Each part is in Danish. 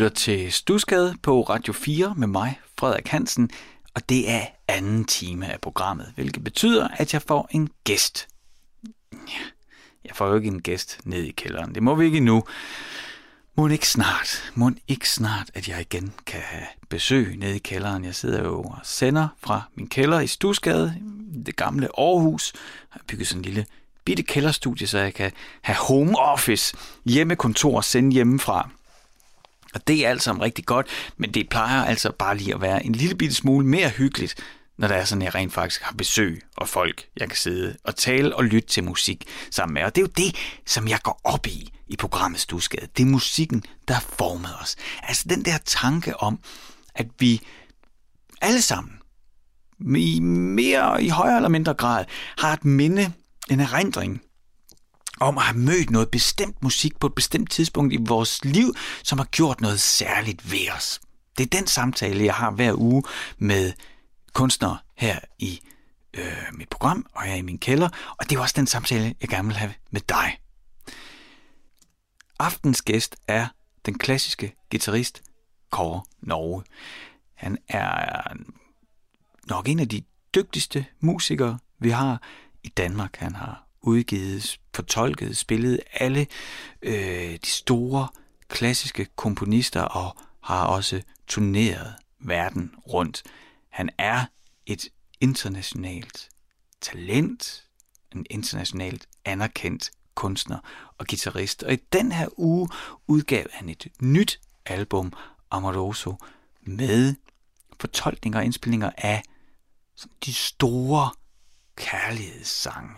lytter til Studsgade på Radio 4 med mig, Frederik Hansen, og det er anden time af programmet, hvilket betyder, at jeg får en gæst. Ja, jeg får jo ikke en gæst ned i kælderen. Det må vi ikke endnu. Må ikke snart, at jeg igen kan have besøg nede i kælderen. Jeg sidder jo og sender fra min kælder i Studsgade, det gamle Aarhus. Jeg har bygget sådan en lille bitte kælderstudie, så jeg kan have home office, hjemmekontor, sende hjemmefra. Og det er alt sammen rigtig godt, men det plejer altså bare lige at være en lille bitte smule mere hyggeligt, når der er sådan, at jeg rent faktisk har besøg og folk, jeg kan sidde og tale og lytte til musik sammen med. Og det er jo det, som jeg går op i programmet Studsgade. Det er musikken, der har formet os. Altså den der tanke om, at vi alle sammen, i højere eller mindre grad, har et minde, en erindring om at have mødt noget bestemt musik på et bestemt tidspunkt i vores liv, som har gjort noget særligt ved os. Det er den samtale, jeg har hver uge med kunstnere her i mit program og her i min kælder, og det er også den samtale, jeg gerne vil have med dig. Aftens gæst er den klassiske guitarist Kåre Norge. Han er nok en af de dygtigste musikere, vi har i Danmark. Han har udgivet, fortolket, spillet alle de store klassiske komponister og har også turneret verden rundt. Han er et internationalt talent, en internationalt anerkendt kunstner og guitarist. Og i den her uge udgav han et nyt album, Amoroso, med fortolkninger og indspilninger af de store kærlighedssange.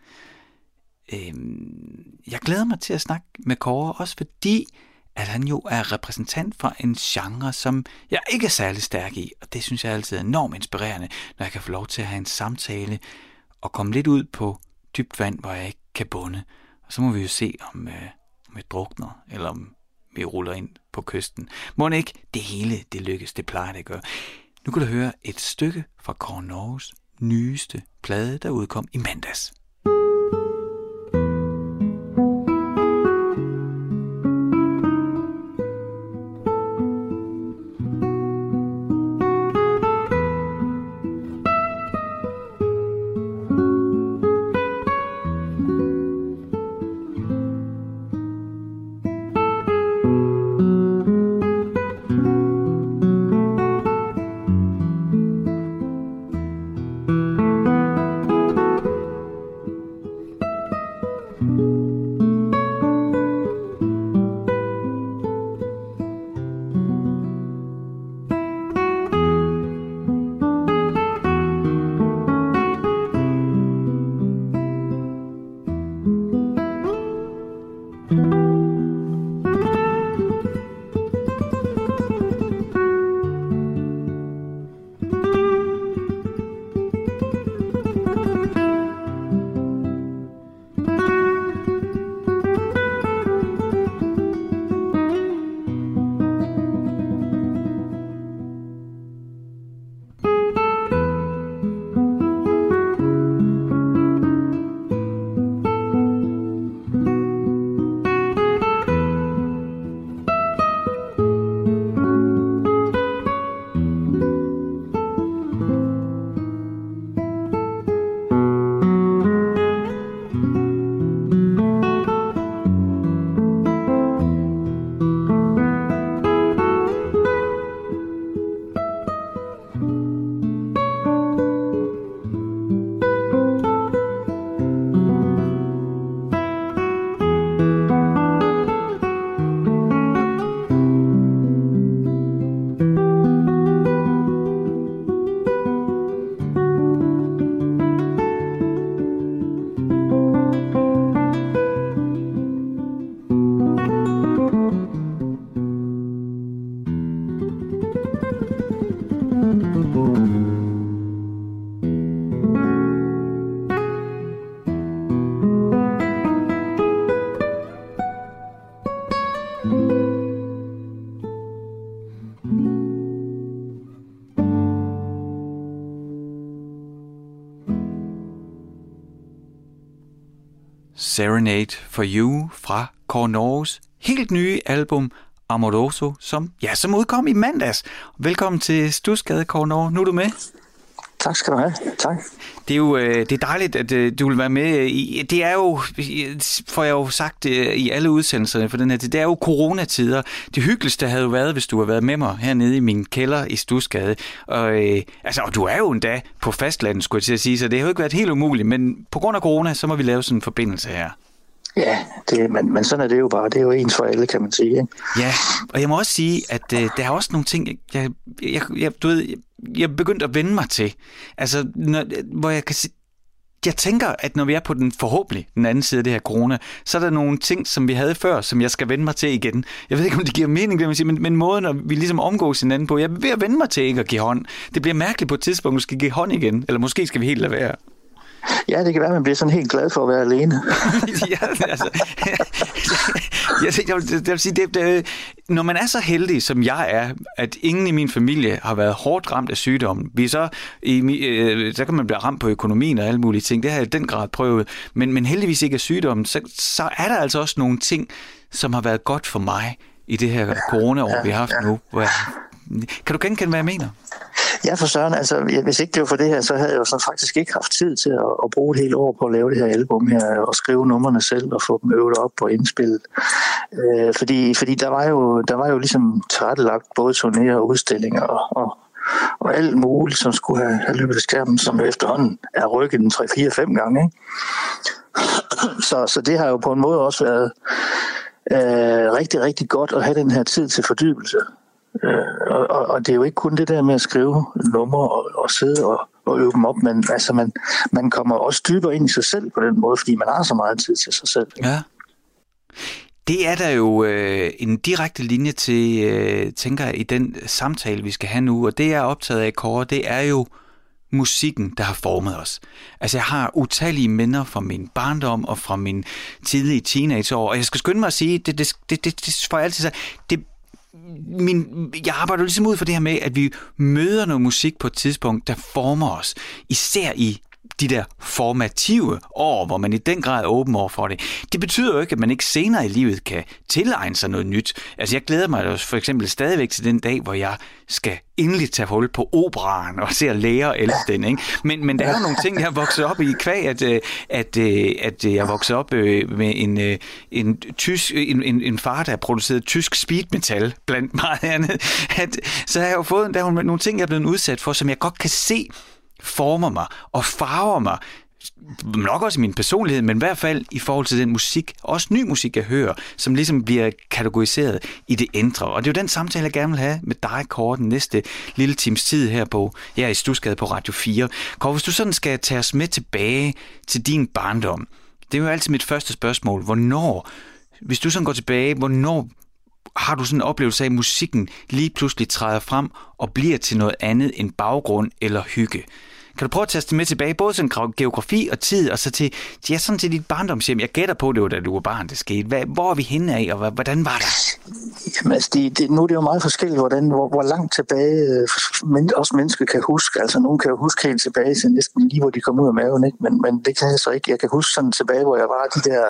Jeg glæder mig til at snakke med Kåre, også fordi at han jo er repræsentant for en genre, som jeg ikke er særlig stærk i, og det synes jeg altid er enormt inspirerende, når jeg kan få lov til at have en samtale og komme lidt ud på dybt vand, hvor jeg ikke kan bunde. Og så må vi jo se, om jeg drukner, eller om vi ruller ind på kysten. Må ikke det hele, det lykkes, det plejer det at gøre. Nu kan du høre et stykke fra Kåre Norges nyeste plade, der udkom i mandags. Serenade for You fra Kåre Norges helt nye album Amoroso, som udkom i mandags. Velkommen til Studsgade, Kåre Norge. Nu er du med. Tak skal du have. Tak. Det er jo det er dejligt, at du vil være med. Det er jo, får jeg jo sagt i alle udsendelserne for den her tid, det er jo coronatider. Det hyggeligste havde jo været, hvis du havde været med mig hernede i min kælder i Studsgade. Og du er jo endda på fastlandet, skulle jeg til at sige, så det har jo ikke været helt umuligt. Men på grund af corona, så må vi lave sådan en forbindelse her. Ja, men sådan er det jo bare. Det er jo ens for alle, kan man sige. Ikke? Ja, og jeg må også sige, at der er også nogle ting, jeg begyndte at vende mig til. Altså, hvor jeg kan jeg tænker, at når vi er på den anden side af det her corona, så er der nogle ting, som vi havde før, som jeg skal vende mig til igen. Jeg ved ikke, om det giver mening, det man siger, men måden, at vi ligesom omgås hinanden på, jeg er ved at vende mig til ikke at give hånd. Det bliver mærkeligt på et tidspunkt, at vi skal give hånd igen, eller måske skal vi helt lade være. Ja, det kan være, at man bliver sådan helt glad for at være alene. Jeg vil sige, når man er så heldig, som jeg er, at ingen i min familie har været hårdt ramt af sygdommen, så kan man blive ramt på økonomien og alle mulige ting. Det har jeg i den grad prøvet. Men heldigvis ikke af sygdommen, så er der altså også nogle ting, som har været godt for mig i det her corona-år, vi har haft nu. Kan du genkende, hvad jeg mener? Ja, for søren. Altså, hvis ikke det var for det her, så havde jeg jo så faktisk ikke haft tid til at bruge et helt år på at lave det her album her, og skrive numrene selv og få dem øvet op på indspillet. Fordi der var jo ligesom tilrettelagt både turnéer og udstillinger og alt muligt, som skulle have løbet af skærmen, som efterhånden er rykket en 3-4-5 gange. Ikke? Så det har jo på en måde også været rigtig, rigtig godt at have den her tid til fordybelse. Og det er jo ikke kun det der med at skrive numre og sidde og øve dem op, men altså man kommer også dybere ind i sig selv på den måde, fordi man har så meget tid til sig selv. Ja. Det er der jo en direkte linje til, tænker jeg, i den samtale, vi skal have nu, og det jeg er optaget af, Kåre, det er jo musikken, der har formet os. Altså, jeg har utallige minder fra min barndom og fra min tidlige teenageår, og jeg skal skynde mig at sige, det får jeg altid sagt, jeg arbejder ligesom ud for det her med, at vi møder noget musik på et tidspunkt, der former os. Især i de der formative år, hvor man i den grad er åben over for det. Det betyder jo ikke, at man ikke senere i livet kan tilegne sig noget nyt. Altså, jeg glæder mig for eksempel stadigvæk til den dag, hvor jeg skal endelig tage hul på operaen og se at lære og elske den, ikke? Men der er jo nogle ting, jeg har vokset op i kvæg, at jeg voksede op med en far, der producerede tysk speed metal, blandt meget andet. Så har jeg jo fået nogle ting, jeg er blevet udsat for, som jeg godt kan se former mig og farver mig, nok også i min personlighed, men i hvert fald i forhold til den musik, også ny musik, jeg hører, som ligesom bliver kategoriseret i det indre. Og det er jo den samtale, jeg gerne vil have med dig, Kåre, den næste lille times tid her på, jeg er i Studsgade på Radio 4. Kåre, hvis du sådan skal tage os med tilbage til din barndom, det er jo altid mit første spørgsmål. Hvis du sådan går tilbage, hvornår har du sådan en oplevelse af, at musikken lige pludselig træder frem og bliver til noget andet end baggrund eller hygge? Kan du prøve at tage det med tilbage, både sådan geografi og tid, og så til dit barndomshjem? Jeg gætter på, det var da du var barn, det skete. Hvor er vi henne af, og hvordan var det? Jamen, altså, nu er det jo meget forskelligt, hvor langt tilbage også mennesker kan huske. Altså, nogen kan jo huske helt tilbage til næsten lige, hvor de kom ud af maven, ikke? Men det kan jeg så ikke. Jeg kan huske sådan tilbage, hvor jeg var de der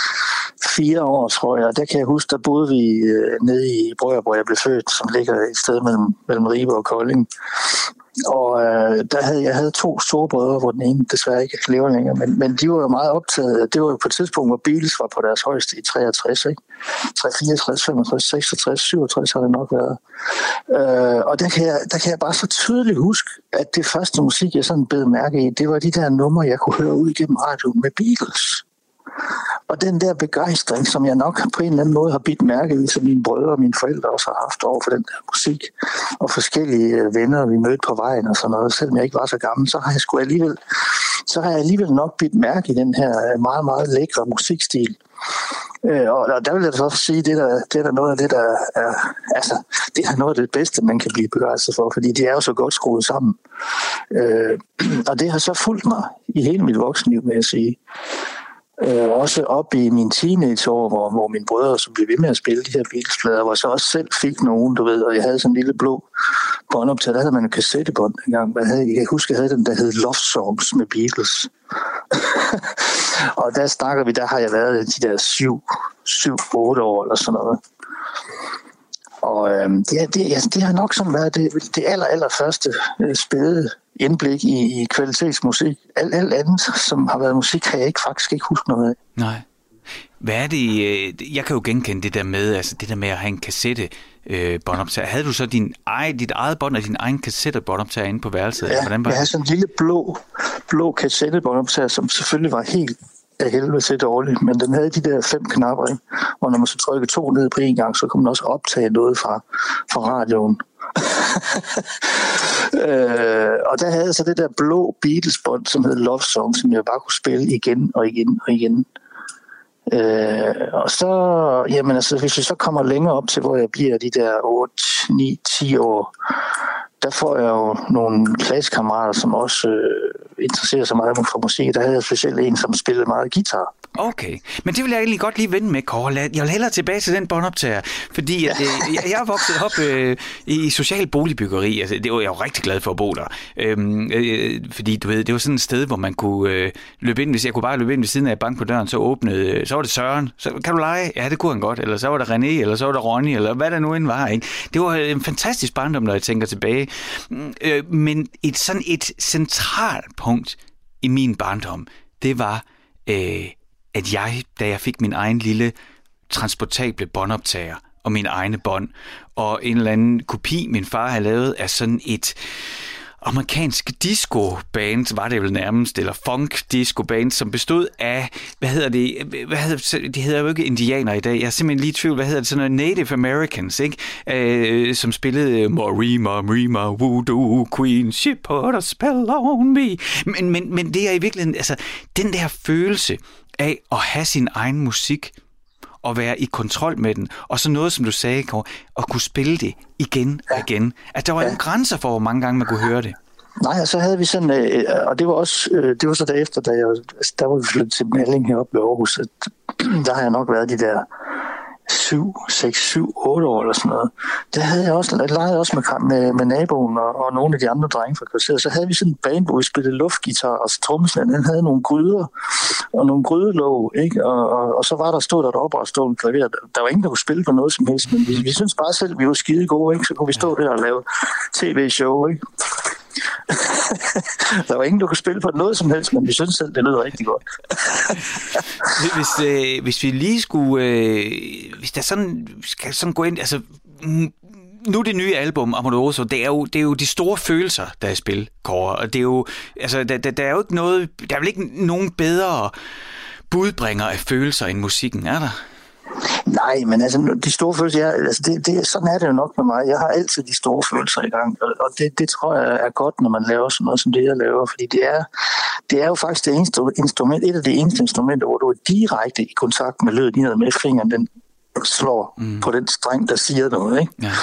4 år, tror jeg. Der kan jeg huske, der boede vi nede i Brøger, hvor jeg blev født, som ligger et sted mellem Ribe og Kolding. Og jeg havde 2 store brødre, hvor den ene desværre ikke lever længere, men de var jo meget optaget. Det var jo på et tidspunkt, hvor Beatles var på deres højeste i 63, ikke? 64, 65, 66, 67 har det nok været. Og der kan jeg bare så tydeligt huske, at det første musik, jeg sådan bed mærke i, det var de der numre, jeg kunne høre ud igennem radioen med Beatles. Og den der begejstring, som jeg nok på en eller anden måde har bidt mærke i, som mine brødre og mine forældre også har haft over for den der musik, og forskellige venner, vi mødte på vejen og sådan noget, selvom jeg ikke var så gammel, så har jeg alligevel nok bidt mærke i den her meget, meget lækre musikstil. Og der vil jeg så sige, det er noget af det, der er, altså, det er noget af det bedste, man kan blive begejstret for, fordi det er jo så godt skruet sammen. Og det har så fulgt mig i hele mit voksenliv, vil jeg sige. Også op i mine teenageår, hvor mine brødre så blev ved med at spille de her Beatles-plader, hvor jeg så også selv fik nogen, du ved, og jeg havde sådan en lille blå båndoptager, der havde man en kassettebånd engang. Jeg kan huske, jeg havde den, der hed Love Songs med Beatles. Og der har jeg været de der 7-8 år eller sådan noget. Og det har nok sådan været det allerførste spæde indblik i kvalitetsmusik. Alt andet, som har været musik, kan jeg faktisk ikke huske noget af. Nej. Hvad er det? Jeg kan jo genkende det der med, altså det der med at have en kassette båndoptager. Havde du så dit eget bånd og din egen kassette båndoptager inde på værelset? Ja, jeg havde sådan en lille blå kassette båndoptager, som selvfølgelig var helt af helvede til dårligt, men den havde de der 5 knapper, ikke? Og når man så trykkede 2 ned på en gang, så kunne man også optage noget fra radioen. Og der havde jeg så det der blå Beatles-bånd, som hed Love Song, som jeg bare kunne spille igen og igen og igen. Og så, jamen altså, hvis vi så kommer længere op til, hvor jeg bliver de der 8, 9, 10 år, der får jeg jo nogle klassekammerater, som også interesserer sig meget for musik. Der havde jeg specielt en, som spillede meget guitar. Okay, men det vil jeg egentlig godt lige vende med, Kåre. Jeg vil hellere tilbage til den båndoptager, fordi at, jeg er vokset op i social boligbyggeri. Altså, det var jeg jo rigtig glad for at bo der. Fordi du ved, det var sådan et sted, hvor man kunne løbe ind. Hvis jeg kunne bare løbe ind ved siden af banken på døren, så så var det Søren. Så kan du lege? Ja, det kunne han godt. Eller så var der René, eller så var der Ronny, eller hvad der nu end var. Ikke? Det var en fantastisk barndom, når jeg tænker tilbage. Men et centralt punkt i min barndom, det var at da jeg fik min egen lille transportable båndoptager og mine egne bånd, og en eller anden kopi, min far havde lavet af sådan et amerikansk disco-band, var det vel nærmest, eller funk-disco-band, som bestod af, det hedder jo ikke indianer i dag, jeg er simpelthen lige i tvivl, hvad hedder det, sådan noget Native Americans, ikke? Som spillede Marima, Voodoo Queen, she put a spell on me. Men det er i virkeligheden, altså, den der følelse af at have sin egen musik, og være i kontrol med den, og så noget, som du sagde, Kåre, at kunne spille det igen og igen. At der var ingen grænser for, hvor mange gange man kunne høre det. Nej, og så havde vi sådan, og det var også, det var så derefter, der var vi flyttet til Malling heroppe ved Aarhus, der har jeg nok været de der 6, 7, 8 år eller sådan noget. Der havde jeg også leget også med naboen og nogle af de andre drenge fra kvarteret. Så havde vi sådan en band, hvor vi spillede luftgitar, og trommeslageren, han havde nogle gryder og nogle grydelåg, ikke? Og så stod der deroppe og stod en klaver. Der var ingen, der kunne spille på noget som helst, men vi syntes bare selv, vi var skide gode, ikke? Så kunne vi stå der og lave tv-show, ikke? Der var ingen, der kunne spille på noget som helst, men vi synes selv, det lød rigtig godt. Hvis vi lige skulle, hvis der skal sådan gå ind, altså nu det nye album Amoroso, det er jo de store følelser, der er i spil, Kåre, og det er jo, altså der er jo ikke noget, der er vel ikke nogen bedre budbringer af følelser end musikken, er der? Nej, men altså de store følelser, sådan er det jo nok med mig. Jeg har altid de store følelser i gang, og det tror jeg er godt, når man laver sådan noget som det, jeg laver, fordi det er jo faktisk det eneste instrument, et af de eneste instrumenter, hvor du er direkte i kontakt med lyden, med fingeren, den slår på den streng, der siger noget, ikke? Ja.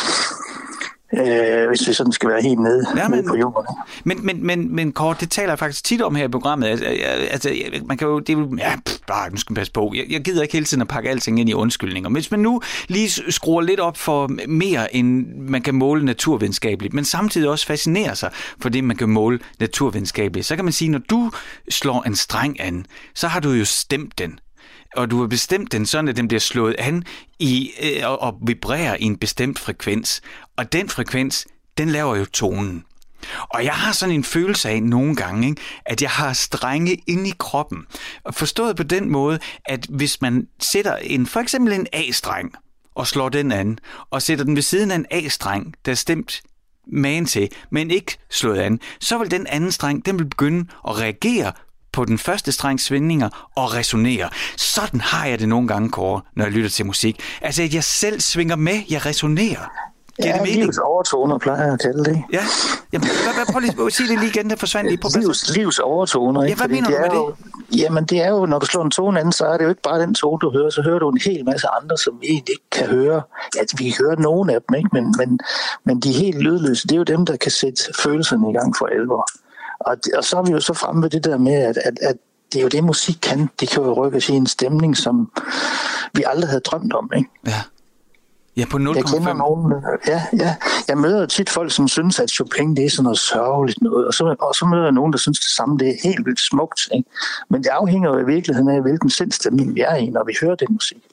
Hvis vi sådan skal være helt nede på jorden. Men Kåre, det taler jeg faktisk tit om her i programmet. Altså, man kan jo, nu skal man passe på. Jeg gider ikke hele tiden at pakke alting ind i undskyldninger. Hvis man nu lige skruer lidt op for mere, end man kan måle naturvidenskabeligt, men samtidig også fascinerer sig for det, man kan måle naturvidenskabeligt, så kan man sige, når du slår en streng an, så har du jo stemt den. Og du har bestemt den sådan, at den bliver slået an og vibrerer i en bestemt frekvens. Og den frekvens, den laver jo tonen. Og jeg har sådan en følelse af nogle gange, ikke, at jeg har strenge inde i kroppen. Forstået på den måde, at hvis man sætter for eksempel en A-streng og slår den an, og sætter den ved siden af en A-streng, der er stemt magen til, men ikke slået an, så vil den anden streng, den vil begynde at reagere på den første strengs svingninger og resonere. Sådan har jeg det nogle gange, Kåre, når jeg lytter til musik. Altså, at jeg selv svinger med, jeg resonerer. Ja, det livs overtoner, plejer jeg at kalde det. Ja, jamen, prøv lige at sige det lige igen, der forsvandt lige på plads. Livs overtoner, ikke? Ja, hvad mener du med det? Jamen, det er jo, når du slår en tone anden, så er det jo ikke bare den tone, du hører, så hører du en hel masse andre, som vi egentlig ikke kan høre. Ja, vi hører nogle af dem, ikke? Men de helt lydløse, det er jo dem, der kan sætte følelserne i gang for alvor. Og så er vi jo så fremme ved det der med, at det er jo det, musik kan. Det kan jo rykke os i en stemning, som vi aldrig havde drømt om, ikke? Ja. Ja, på 0,5. Jeg kender nogen, jeg møder tit folk, som synes, at Chopin, det er sådan noget sørgeligt noget, og så møder jeg nogen, der synes det samme, det er helt vildt smukt, ikke? Men det afhænger jo i virkeligheden af, hvilken sindstemning vi er i, når vi hører den musik.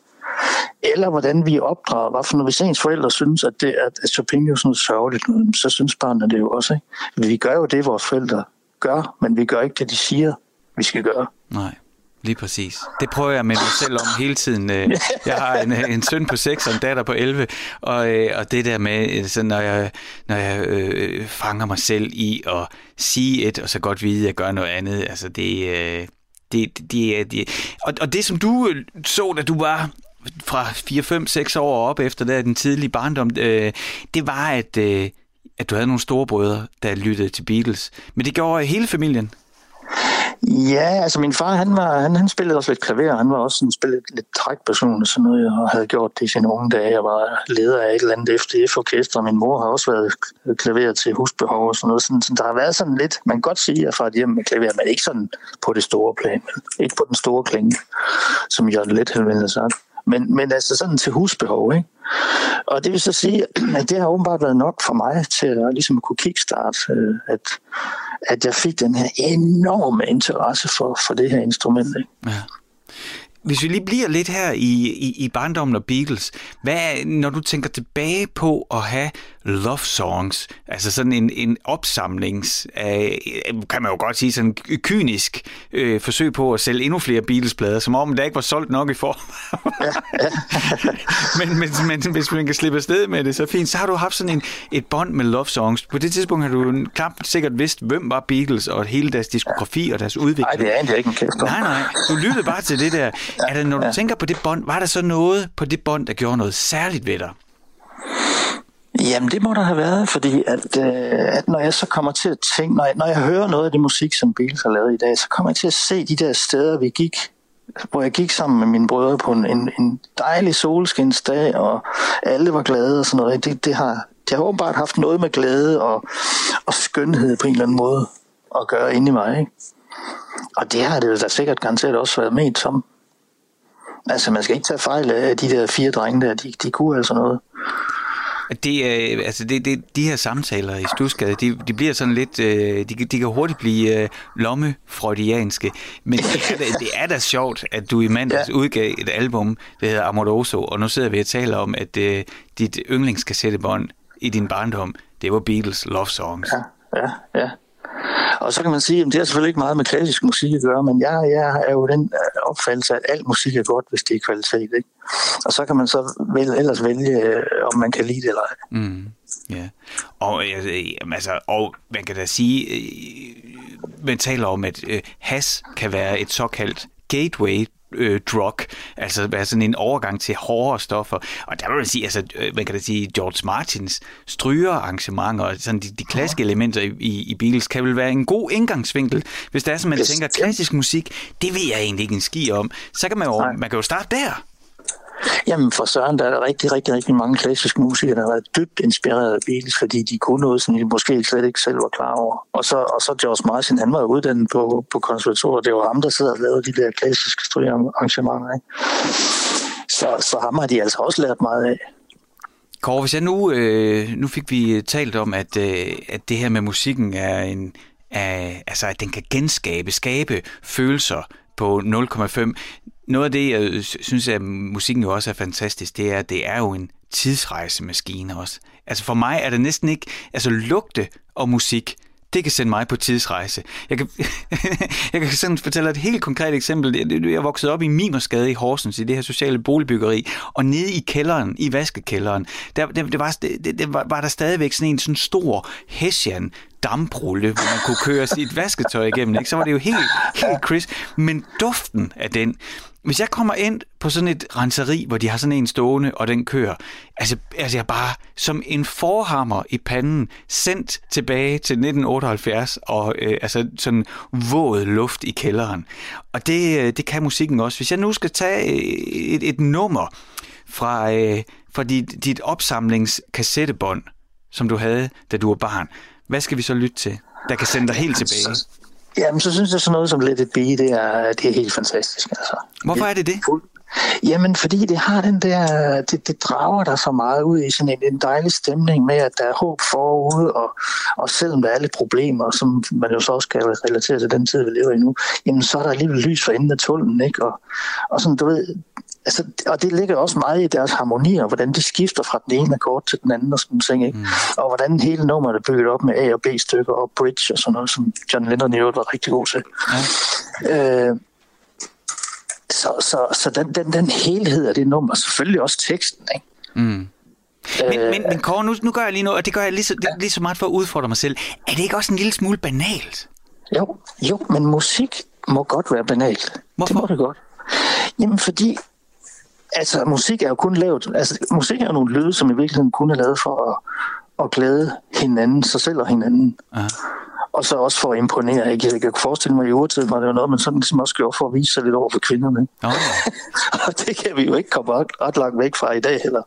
Eller hvordan vi opdrager. Hvorfor, når hvis ens forældre synes, at Chopin er sådan noget sørgeligt, så synes barnet det jo også. Ikke? Vi gør jo det, vores forældre gør, men vi gør ikke det, de siger, vi skal gøre. Nej. Lige præcis. Det prøver jeg med mig selv om hele tiden. Jeg har en søn på 6 og en datter på 11, og det der med, så når jeg fanger mig selv i at sige et, og så godt vide, at jeg gør noget andet, altså og det som du så, da du var fra 4, 5, 6 år op efter den tidlige barndom, det var, at du havde nogle storebrødre, der lyttede til Beatles. Men det gjorde hele familien. Ja, altså min far, han spillede også lidt klaver. Han var også sådan, spillet lidt trækperson og sådan noget, og havde gjort det i sine unge dage. Jeg var leder af et eller andet FDF-orkester. Min mor har også været klaver til husbehov og sådan noget. Så der har været sådan lidt, man kan godt sige, at jeg er fra et hjem med klaver, men ikke sådan på det store plan. Ikke på den store klinge, som Jørgen Lethel har sagt. Men altså sådan til husbehov, ikke? Og det vil så sige, at det har åbenbart været nok for mig til at ligesom kunne kickstarte, at jeg fik den her enorme interesse for det her instrument, ikke? Ja. Hvis vi lige bliver lidt her i barndommen og Beatles, når du tænker tilbage på at have love songs, altså sådan en opsamlings, kan man jo godt sige, sådan kynisk forsøg på at sælge endnu flere Beatles-plader, som om der ikke var solgt nok i men hvis man kan slippe afsted med det, så fint. Så har du haft sådan et bånd med love songs. På det tidspunkt har du klart sikkert vidst, hvem var Beatles og hele deres diskografi og deres udvikling. Nej, det er egentlig ikke en kæft. Nej, du lyttede bare til det der. Er det, når du tænker på det bånd, var der så noget på det bånd, der gjorde noget særligt ved dig? Jamen, det må der have været, fordi at når jeg så kommer til at tænke, når jeg hører noget af det musik, som Beatles har lavet i dag, så kommer jeg til at se de der steder, hvor jeg gik sammen med mine brødre på en dejlig solskinsdag, og alle var glade og sådan noget. Det har åbenbart haft noget med glæde og skønhed på en eller anden måde at gøre inde i mig, ikke? Og det har det jo da sikkert garanteret også været ment som. Altså, man skal ikke tage fejl af de der 4 drenge der, de kunne altså noget. De her samtaler i Studsgade, de bliver sådan lidt, de kan hurtigt blive lommefreudianske, men det er da sjovt, at du i mandags udgav et album, der hedder Amoroso, og nu sidder vi og taler om, at dit yndlingskassettebånd i din barndom, det var Beatles Love Songs. Ja. Og så kan man sige, at det har selvfølgelig ikke meget med klassisk musik at gøre, men jeg er jo den opfattelse, at al musik er godt, hvis det er kvalitet, ikke? Og så kan man så ellers vælge, om man kan lide det eller ej. Ja. Og man kan da sige, man taler om, at hash kan være et såkaldt gateway drug, altså være sådan en overgang til hårdere stoffer. Og der vil man sige, altså man kan da sige, George Martins strygerarrangementer og sådan de klassiske elementer i Beatles kan vel være en god indgangsvinkel, hvis det er sådan, man tænker, klassisk musik, det ved jeg egentlig ikke en ski om. Så kan man kan jo starte der. Jamen for søren, der er rigtig, rigtig, rigtig mange klassiske musikere, der har været dybt inspireret af Beatles, fordi de kunne noget, som de måske slet ikke selv var klar over. Og så George Martin, han var uddannet på konservatoriet. Det var ham, der sidder og lavede de der klassiske strygearrangementer, ikke? Så ham har de altså også lært meget af. Kåre, hvis jeg nu fik vi talt om, at det her med musikken altså at den kan skabe følelser på 0,5. Noget af det, jeg synes, at musikken jo også er fantastisk, det er, at det er jo en tidsrejsemaskine også. Altså for mig er det næsten ikke, altså lugte og musik, det kan sende mig på tidsrejse. Jeg kan sådan fortælle et helt konkret eksempel. Jeg voksede op i Mimersgade i Horsens, i det her sociale boligbyggeri, og nede i kælderen, i vaskekælderen, der var der stadigvæk sådan en sådan stor Hessian damprulle, hvor man kunne køre sit vasketøj igennem, ikke? Så var det jo helt crisp. Men duften af den, hvis jeg kommer ind på sådan et renseri, hvor de har sådan en stående, og den kører, altså jeg bare som en forhammer i panden, sendt tilbage til 1978, og altså sådan våd luft i kælderen. Og det kan musikken også. Hvis jeg nu skal tage et nummer fra dit opsamlingskassettebånd, som du havde, da du var barn, hvad skal vi så lytte til, der kan sende dig helt tilbage? Jamen, så synes jeg sådan noget som Let It Be, det er helt fantastisk. Altså. Hvorfor er det? Jamen, fordi det har den der, det drager der så meget ud i sådan en dejlig stemning med, at der er håb forud, og selvom der er lidt problemer, som man jo så også kan relatere til den tid, vi lever i nu, jamen så er der alligevel lys for enden af tunnelen, ikke? Og sådan, du ved, Altså, og det ligger også meget i deres harmonier, hvordan de skifter fra den ene akkord til den anden og sådan ting, ikke? Og hvordan hele nummeret er bygget op med A- og B-stykker og bridge og sådan noget, som John Lennon i øvrigt var rigtig god til. Ja. Så den helhed af det nummer, selvfølgelig også teksten, ikke? Men Kåre, nu gør jeg lige noget, og det gør jeg lige så meget for at udfordre mig selv. Er det ikke også en lille smule banalt? Jo, men musik må godt være banalt. Hvorfor? Det må det godt. Jamen fordi, altså musik er jo kun lavet, altså musik er jo nogle lyde, som i virkeligheden kun er lavet for at glæde hinanden, sig selv og hinanden. Aha. Og så også for at imponere. Jeg kan forestille mig, at i urtiden var det jo noget, man sådan ligesom også gjorde for at vise sig lidt over for kvinderne. Og det kan vi jo ikke komme ret langt væk fra i dag heller.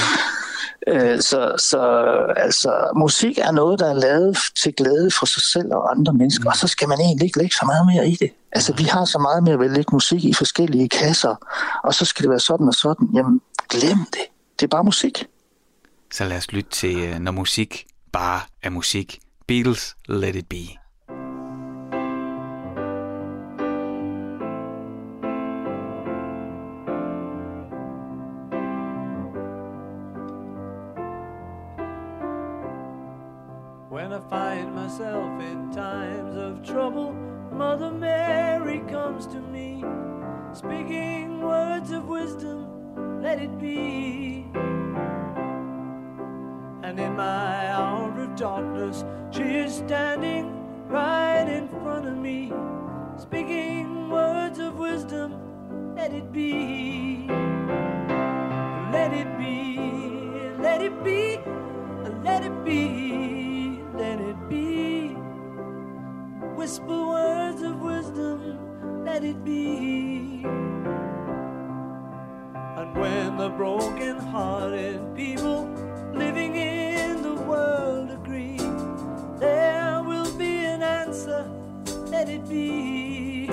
Så musik er noget, der er lavet til glæde for sig selv og andre mennesker, og så skal man egentlig ikke lægge så meget mere i det. Altså, vi har så meget med at vælge musik i forskellige kasser, og så skal det være sådan og sådan. Jamen, glem det. Det er bare musik. Så lad os lytte til, når musik bare er musik. Beatles, Let It Be. When I find myself in times of trouble, Mother Mary comes to me, speaking words of wisdom, let it be. And in my hour of darkness, she is standing right in front of me, speaking words of wisdom, let it be. Let it be, let it be, let it be, let it be. Whisper words of wisdom, let it be. And when the broken-hearted people living in the world agree, there will be an answer, let it be.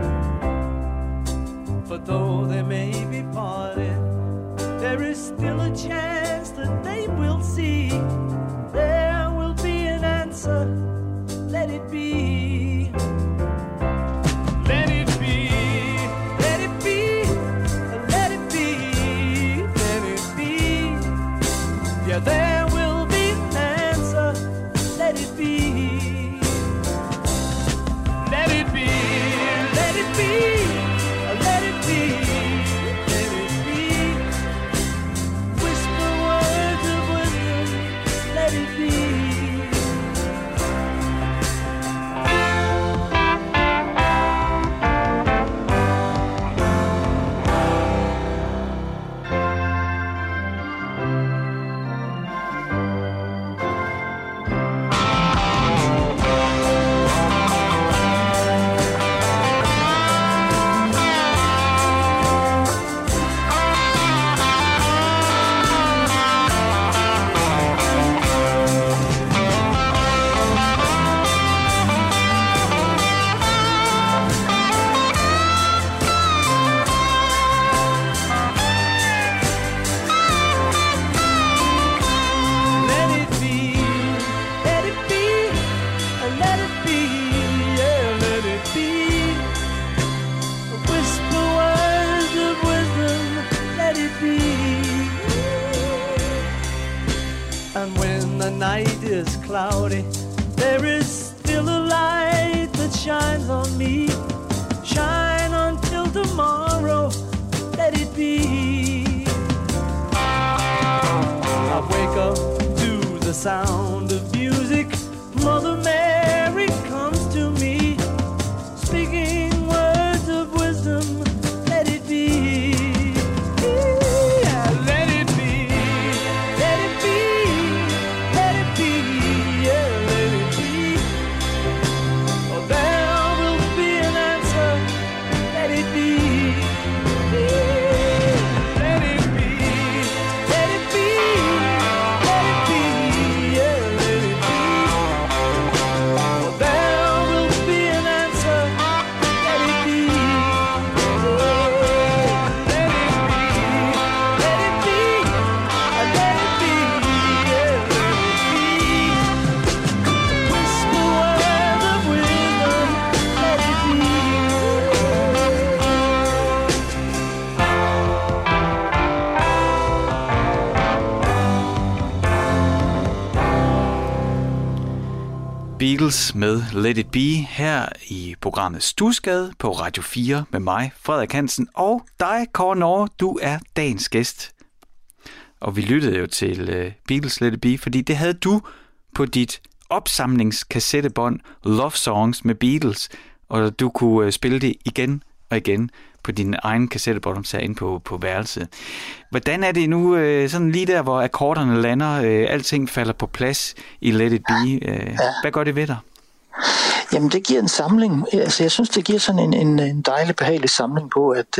For though they may be parted, there is still a chance that they will see. There will be an answer, let it be. Let it be, let it be, let it be, let it be. Yeah, there will be an answer, let it be. Let it be, let it be, let it be, let it be. Whisper words of wisdom, let it be. And when the night is cloudy, there is still a light that shines on me. Shine until tomorrow, let it be. I wake up to the sound of music. Mother Mary comes to me, speaking words of wisdom, let it be. Beatles med Let It Be her i programmet Stusgade på Radio 4 med mig, Frederik Hansen, og dig, Kåre Norge. Du er dagens gæst. Og vi lyttede jo til Beatles Let It Be, fordi det havde du på dit opsamlingskassettebånd Love Songs med Beatles, og du kunne spille det igen og igen på din egen kassettebånd, inde på værelset. Hvordan er det nu, sådan lige der, hvor akkorderne lander, alting falder på plads i Let It Be? Hvad gør det ved dig? Jamen, det giver en samling. Altså, jeg synes, det giver sådan en dejlig, behagelig samling på, at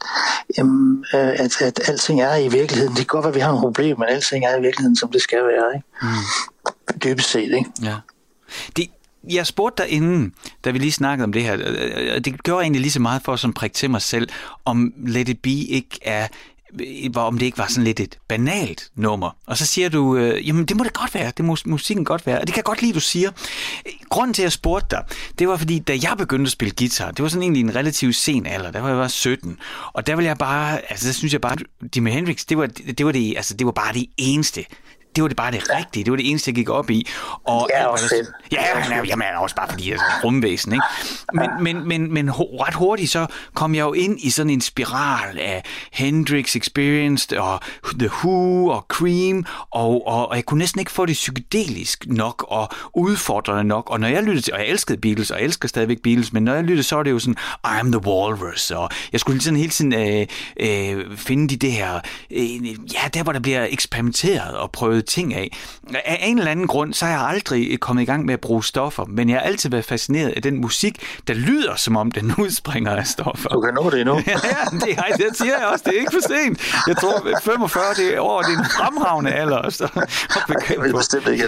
alting er i virkeligheden. Det kan godt være, at vi har nogle problemer, men alting er i virkeligheden, som det skal være, ikke? Dybest set, ikke? Ja. Jeg spurgte dig inden, da vi lige snakkede om det her, det gjorde egentlig lige så meget for at prikke til mig selv, om Let It Be ikke er, om det ikke var sådan lidt et banalt nummer. Og så siger du, jamen det må det godt være, det må musikken godt være. Og det kan jeg godt lide, du siger. Grunden til, at jeg spurgte dig, det var fordi, da jeg begyndte at spille guitar, det var sådan egentlig en relativt sen alder, der var jeg bare 17. Og der ville jeg bare, altså der synes jeg bare, Jimi Hendrix, det var bare det eneste. Det var det bare det rigtige. Det var det eneste, jeg gik op i. Og ja, også fedt. Ja, jamen også bare fordi jeg er rumvæsen, ikke? Men ret hurtigt så kom jeg jo ind i sådan en spiral af Hendrix Experienced og The Who og Cream, og jeg kunne næsten ikke få det psykedelisk nok og udfordrende nok. Og når jeg lyttede til, og jeg elskede Beatles, og jeg elsker stadigvæk Beatles, men når jeg lyttede, så var det jo sådan, I'm the Walrus, og jeg skulle sådan hele tiden finde det her, der hvor der bliver eksperimenteret og prøvet ting af. Af en eller anden grund, så har jeg aldrig kommet i gang med at bruge stoffer, men jeg har altid været fascineret af den musik, der lyder, som om den udspringer af stoffer. Du kan nå det endnu. Det siger jeg også, det er ikke for sent. Jeg tror, 45 det år, det er en fremragende alder. Så jeg vil bestemt ikke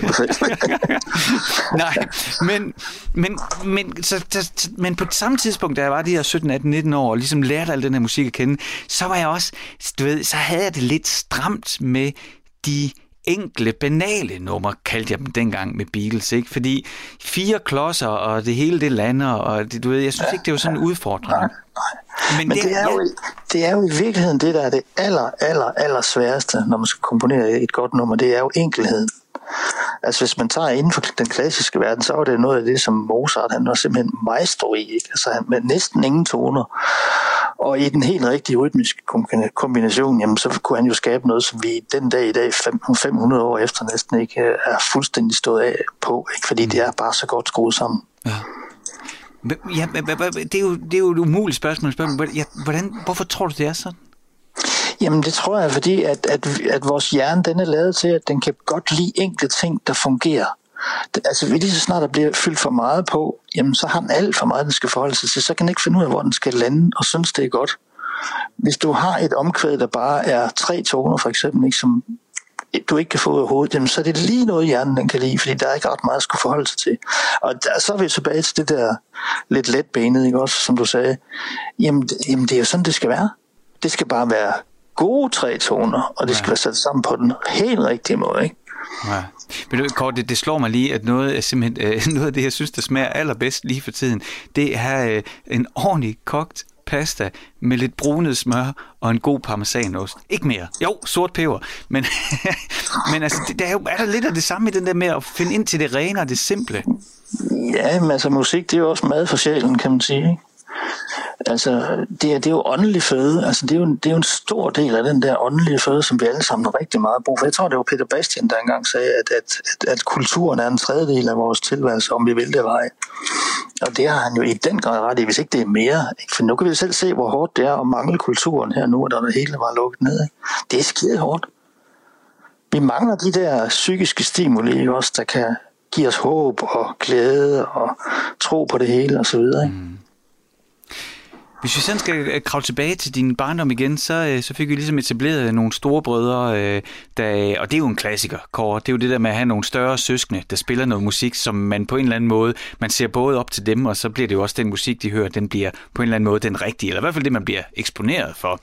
men på samme tidspunkt, da jeg var de her 17, 18, 19 år, og ligesom lærte al den her musik at kende, så var jeg også, så havde jeg det lidt stramt med de enkle, banale numre, kaldte jeg dem dengang med Beatles, ikke? Fordi 4 klodser, og det hele det lander, og det, du ved, jeg synes ikke, det var sådan en udfordring. Nej. Men det er jo i virkeligheden det, der er det aller sværeste, når man skal komponere et godt nummer, det er jo enkelheden. Altså hvis man tager inden for den klassiske verden, så var det noget af det, som Mozart, han var simpelthen maestro i, ikke? Altså han med næsten ingen toner. Og i den helt rigtige rytmiske kombination, jamen, så kunne han jo skabe noget, som vi den dag i dag, 500 år efter næsten ikke er fuldstændig stået af på, ikke? Fordi det er bare så godt skruet sammen. Ja. Ja, det er jo et umuligt spørgsmål. Hvorfor tror du, det er sådan? Jamen det tror jeg, fordi at vores hjerne, den er lavet til, at den kan godt lide enkle ting, der fungerer. Altså lige så snart der bliver fyldt for meget på, jamen så har den alt for meget, den skal forholde sig til, så kan den ikke finde ud af, hvor den skal lande, og synes det er godt. Hvis du har et omkvæd, der bare er 3 toner for eksempel, ikke, som du ikke kan få ud af hovedet, jamen, så er det lige noget, hjernen den kan lide, fordi der er ikke ret meget at skulle forholde sig til. Og så er vi tilbage til det der lidt letbenet, ikke også, som du sagde. Jamen det er jo sådan, det skal være. Det skal bare være gode 3 toner, og det skal være sat sammen på den helt rigtige måde, ikke? Ja. Men Kåre, det slår mig lige, at noget af det, jeg synes, der smager allerbedst lige for tiden, det er en ordentlig kogt pasta med lidt brunet smør og en god parmesanost. Ikke mere. Jo, sort peber. Men altså, er der lidt af det samme i den der med at finde ind til det rene og det simple? Ja, men altså musik, det er jo også mad for sjælen, kan man sige, ikke? Altså, det er jo åndelig føde. Altså, det er jo en stor del af den der åndelige føde, som vi alle sammen har rigtig meget brug for. Jeg tror, det var Peter Bastian, der engang sagde, at kulturen er en tredjedel af vores tilværelse, om vi vil det eller ej. Og det har han jo i den grad ret i, hvis ikke det er mere. For nu kan vi selv se, hvor hårdt det er at mangle kulturen her nu, og der hele var lukket ned. Ikke? Det er skide hårdt. Vi mangler de der psykiske stimuli også, der kan give os håb og glæde og tro på det hele og så videre, ikke? Hvis vi sådan skal kravle tilbage til din barndom igen, så fik vi ligesom etableret nogle store brødre, og det er jo en klassiker, Kåre. Det er jo det der med at have nogle større søskende, der spiller noget musik, som man på en eller anden måde, man ser både op til dem, og så bliver det jo også den musik, de hører, den bliver på en eller anden måde den rigtige, eller i hvert fald det, man bliver eksponeret for.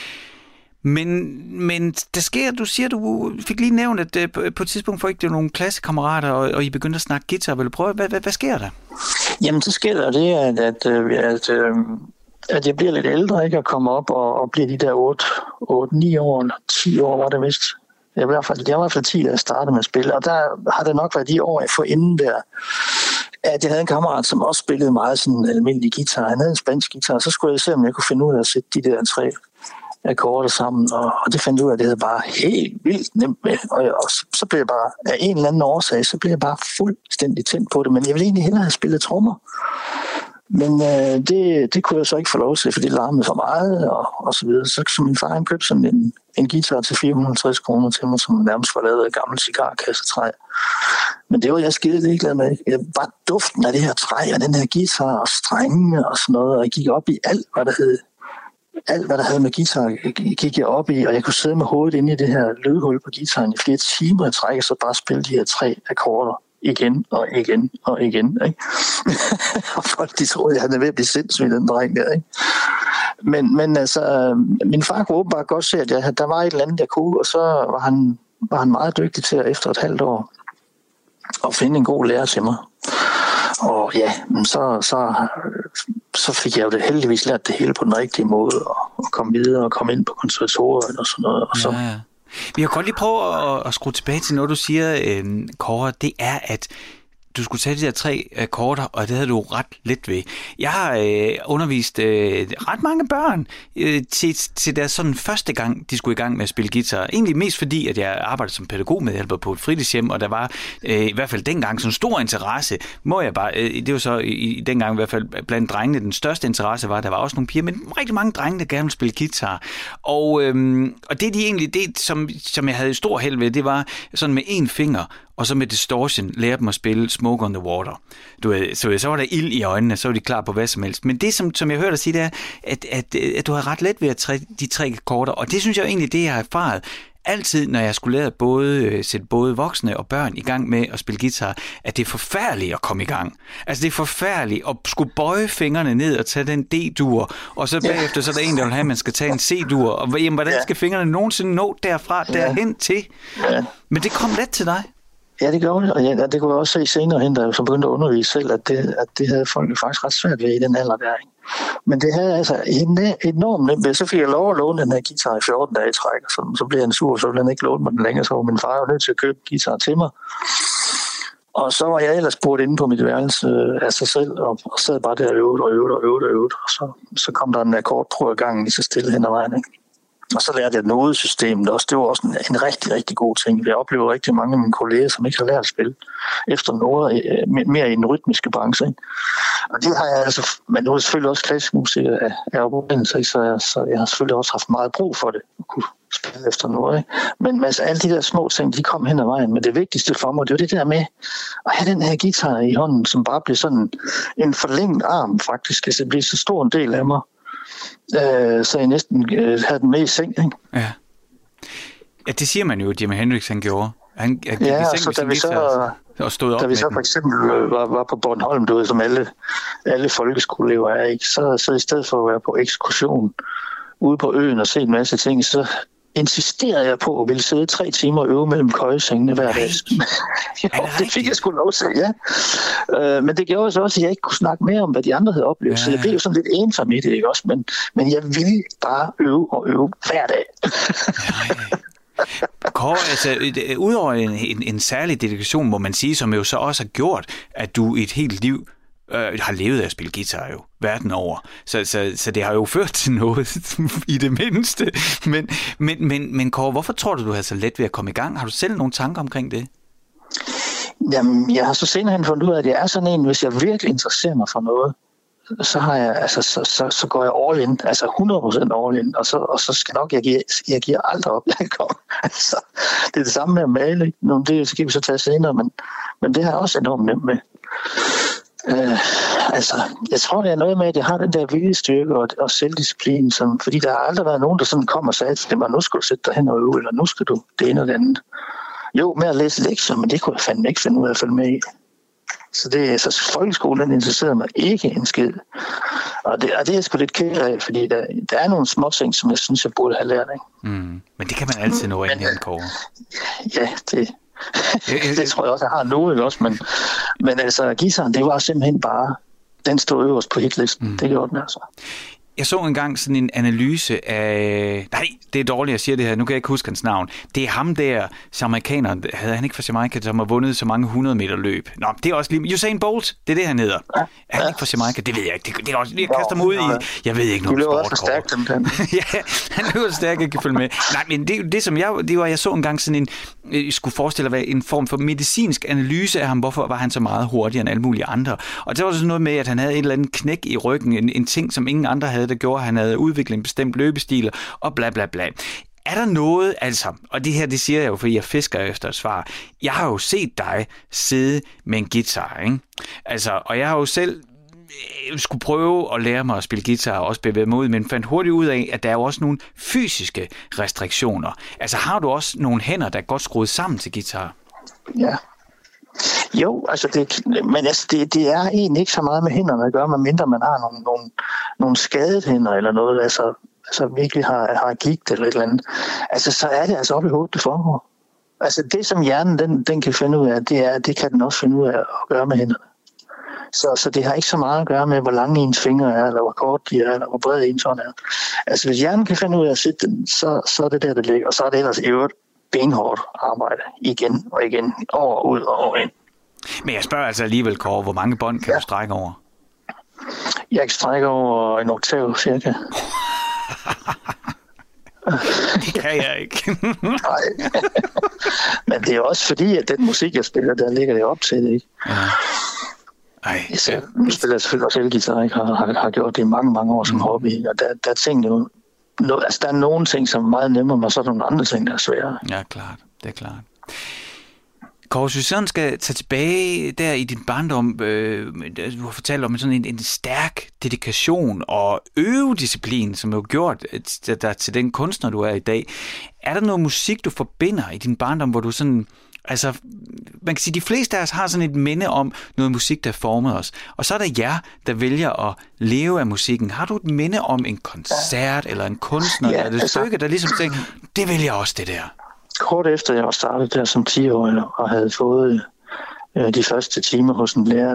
Men der sker, du fik lige nævnt, at på et tidspunkt fik du nogle klassekammerater, og I begyndte at snakke guitar. Vil du prøve? Hvad sker der? Jamen, så sker der det, at jeg bliver lidt ældre, ikke, og kommer op og bliver de der 8-9 år, eller 10 år var det vist. Jeg var i hvert fald 10, da jeg startede med at spille, og der har det nok været de år, jeg forinden der, at jeg havde en kammerat, som også spillede meget sådan en almindelig guitar. Han havde en spansk guitar, og så skulle jeg se, om jeg kunne finde ud af at sætte de der 3 akkorder sammen, og det fandt jeg ud af, at det havde bare helt vildt nemt med, og så blev jeg bare, af en eller anden årsag, så blev jeg bare fuldstændig tændt på det, men jeg ville egentlig hellere have spillet trommer. Men det kunne jeg så ikke få lov til, for det larmede for meget, og så videre. Så min far købte sådan en guitar til 450 kroner til mig, som nærmest var lavet af gammel cigarkassetræ. Men det var jeg skide ligeglad med. Jeg var duften af det her træ, og den her guitar, og strenge og sådan noget, og jeg gik op i alt, hvad der havde med guitar, gik jeg op i, og jeg kunne sidde med hovedet inde i det her lydhul på guitaren i flere timer i træk, og så bare spille de her 3 akkorder. Igen og igen og igen, ikke? Og folk, de troede, jeg havde ved at blive sindssyg, den dreng der, ikke? Men altså, min far kunne åbenbart godt se, at der var et eller andet, jeg kunne, og så var han meget dygtig til at efter et halvt år at finde en god lærer til mig. Og ja, så fik jeg jo det heldigvis lært det hele på den rigtige måde, og komme videre og komme ind på konservatoriet og sådan noget, og så... Ja. Vi kan godt lige prøve at skrue tilbage til noget, du siger, Kåre. Det er, at du skulle tage de der 3 akkorder, og det havde du ret let ved. Jeg har undervist ret mange børn til deres sådan første gang, de skulle i gang med at spille guitar. Egentlig mest fordi, at jeg arbejdede som pædagogmedhjælper på et fritidshjem, og der var i hvert fald dengang sådan stor interesse. Det var så i dengang i hvert fald blandt drengene den største interesse var, der var også nogle piger, men rigtig mange drenge, der gerne ville spille guitar. Og det, som jeg havde stor held ved, det var sådan med 1 finger, og så med distortion lære dem at spille Smoke on the Water. Så var der ild i øjnene, så var de klar på hvad som helst. Men det, som jeg hørte dig sige, det er, at du har ret let ved at de 3 akkorder, og det synes jeg egentlig, det jeg har erfaret. Altid, når jeg skulle lære sætte både voksne og børn i gang med at spille guitar, at det er forfærdeligt at komme i gang. Altså, det er forfærdeligt at skulle bøje fingrene ned og tage den D-dur, og så bagefter, så er der en, der vil have, at man skal tage en C-dur, og hvordan skal fingrene nogensinde nå derfra, derhen til? Ja. Men det kom let til dig. Ja, det gjorde det, og det kunne jeg også se senere hen, da jeg så begyndte at undervise selv, at det havde folk faktisk ret svært ved i den alder der. Ikke? Men det havde altså enormt nemt. Så fik jeg lov at låne den her guitar i 14 dage i træk, så blev han sur, så ville han ikke låne mig den længere, så var min far jo nødt til at købe guitar til mig. Og så var jeg ellers spurgt inde på mit værelse af sig selv, og sad bare der og øvede, og så kom der en akkordprøve i gangen lige så stille hen ad vejen, ikke? Og så lærte jeg nodesystemet også. Det var også en rigtig, rigtig god ting. Jeg oplever rigtig mange af mine kolleger, som ikke har lært at spille efter noget mere i den rytmiske branche. Ikke? Og det har jeg altså... Men nu er selvfølgelig også klassisk musik af oprindelse, så jeg har selvfølgelig også haft meget brug for det. At kunne spille efter noget. Ikke? Men altså, alle de der små ting, de kom hen ad vejen. Men det vigtigste for mig, det var det der med at have den her guitar i hånden, som bare blev sådan en forlænget arm, faktisk. Altså, det blev så stor en del af mig. Så jeg næsten havde den med i seng, ikke? Ja, det siger man jo, at Jimi Hendrix han gjorde. Han gik i seng da vi så for eksempel var på Bornholm, du ved, som alle folkeskoleelever er, ikke? Så i stedet for at være på ekskursion ude på øen og se en masse ting, så insisterede jeg på at ville sidde 3 timer og øve mellem køjesengene hver dag. Jo, det fik jeg sgu lov til, ja. Men det gjorde så også, at jeg ikke kunne snakke mere om, hvad de andre havde oplevet. Ja. Så jeg blev jo sådan lidt ensom i det, ikke også? Men jeg ville bare øve hver dag. Kåre, altså, udover en særlig dedikation, må man sige, som jo så også har gjort, at du i et helt liv har levet af at spille guitar jo, verden over. Så det har jo ført til noget i det mindste. Men Kåre, hvorfor tror du har så let ved at komme i gang? Har du selv nogle tanker omkring det? Jamen, jeg har så senere fundet ud af, at jeg er sådan en, hvis jeg virkelig interesserer mig for noget, så har jeg, altså, så går jeg all in, altså 100% all in, og så skal nok, jeg giver aldrig op, jeg kommer. Altså, det er det samme med at male, ikke? Det kan vi så tage senere, men det har jeg også enormt nemt med. Altså, jeg tror, det er noget med, at jeg har den der viljestyrke og selvdisciplin, fordi der har aldrig været nogen, der sådan kom og sagde til mig, nu skal du sætte dig hen og øve, eller nu skal du det ene og det andet. Jo, med at læse lektier, men det kunne jeg fandme ikke finde ud af at følge med i. Så folkeskolen interesserede mig ikke en skid. Og det er jeg sgu lidt ked af, fordi der er nogle små ting, som jeg synes, jeg burde have lært. Ikke? Men det kan man altid nå ind i en Kåre. Ja, det tror jeg også, jeg har nu, ikke også? Men altså, guitaren, det var simpelthen bare, den stod øverst på hitlisten. Det gjorde den altså. Jeg så engang sådan en analyse af... Nej, det er dårligt, jeg siger det her. Nu kan jeg ikke huske hans navn. Det er ham der, jamaikaneren, havde han ikke fra Jamaica, som har vundet så mange 100 meter løb. Nå, det er også lige... Usain Bolt, det er det, han hedder. Er han ikke fra Jamaica? Det ved jeg ikke. Det er også... Jeg kaster mig ud i... Jeg ved ikke noget om sport. Ja, han løber stærkt, jeg kan følge med. Nej, men det som jeg så engang sådan en... skulle forestille at en form for medicinsk analyse af ham. Hvorfor var han så meget hurtigere end alle mulige andre? Og det var sådan noget med, at han havde et eller andet knæk i ryggen. En ting, som ingen andre havde, der gjorde, at han havde udviklet en bestemt løbestil, og bla bla bla. Er der noget, altså, og det her, det siger jeg jo, fordi jeg fisker efter et svar. Jeg har jo set dig sidde med en guitar, ikke? Altså, og jeg har jo selv skulle prøve at lære mig at spille guitar og også bevæge mig ud, men fandt hurtigt ud af, at der er jo også nogle fysiske restriktioner. Altså, har du også nogle hænder, der er godt skruet sammen til guitar? Ja. Jo, altså det er egentlig ikke så meget med hænderne at gøre, medmindre man har nogle skadede hænder eller noget, altså virkelig har gigt eller et eller andet. Altså så er det altså oppe i hovedet, det foregår. Altså det som hjernen den kan finde ud af, det kan den også finde ud af at gøre med hænderne. Så det har ikke så meget at gøre med, hvor lange ens fingre er, eller hvor kort de er, eller hvor bred ens hånd er. Altså hvis hjernen kan finde ud af at sætte den, så er det der, det ligger. Og så er det ellers i øvrigt benhårdt arbejde igen og igen, over og ud og over ind. Men jeg spørger altså alligevel, Kåre, hvor mange bånd kan du strække over? Jeg kan strække over en oktav, cirka. Det kan jeg ikke. Nej. Men det er også fordi, at den musik, jeg spiller, der ligger det op til det, ikke? Ja. Ej. Så nu spiller jeg selvfølgelig også elgitar, ikke? Har gjort det i mange, mange år som hobby, og der er ting jo... Altså, der er nogle ting, som er meget nemmere, men så er der nogle andre ting, der er svære. Ja, klart. Det er klart. Kåre, hvis vi sådan skal tage tilbage der i din barndom, du har fortalt om sådan en stærk dedikation og øvedisciplin, som har gjort dig til den kunstner, du er i dag. Er der noget musik, du forbinder i din barndom, hvor du sådan... Altså, man kan sige, at de fleste af os har sådan et minde om noget musik, der formede os. Og så er der jer, der vælger at leve af musikken. Har du et minde om en koncert eller en kunstner eller et stykke, der ligesom tænker, det vil jeg også, det der? Kort efter jeg var startet der som 10-årig og havde fået de første timer hos en lærer,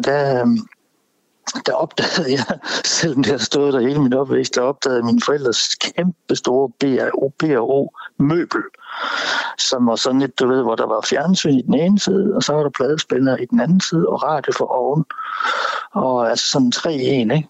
der opdagede jeg, selvom det har stået der hele min opvækst, der opdagede mine forældres kæmpe store B&O møbel, som var sådan lidt, du ved, hvor der var fjernsyn i den ene side, og så var der pladespillere i den anden side, og radio for oven, og altså sådan 3 i 1, ikke?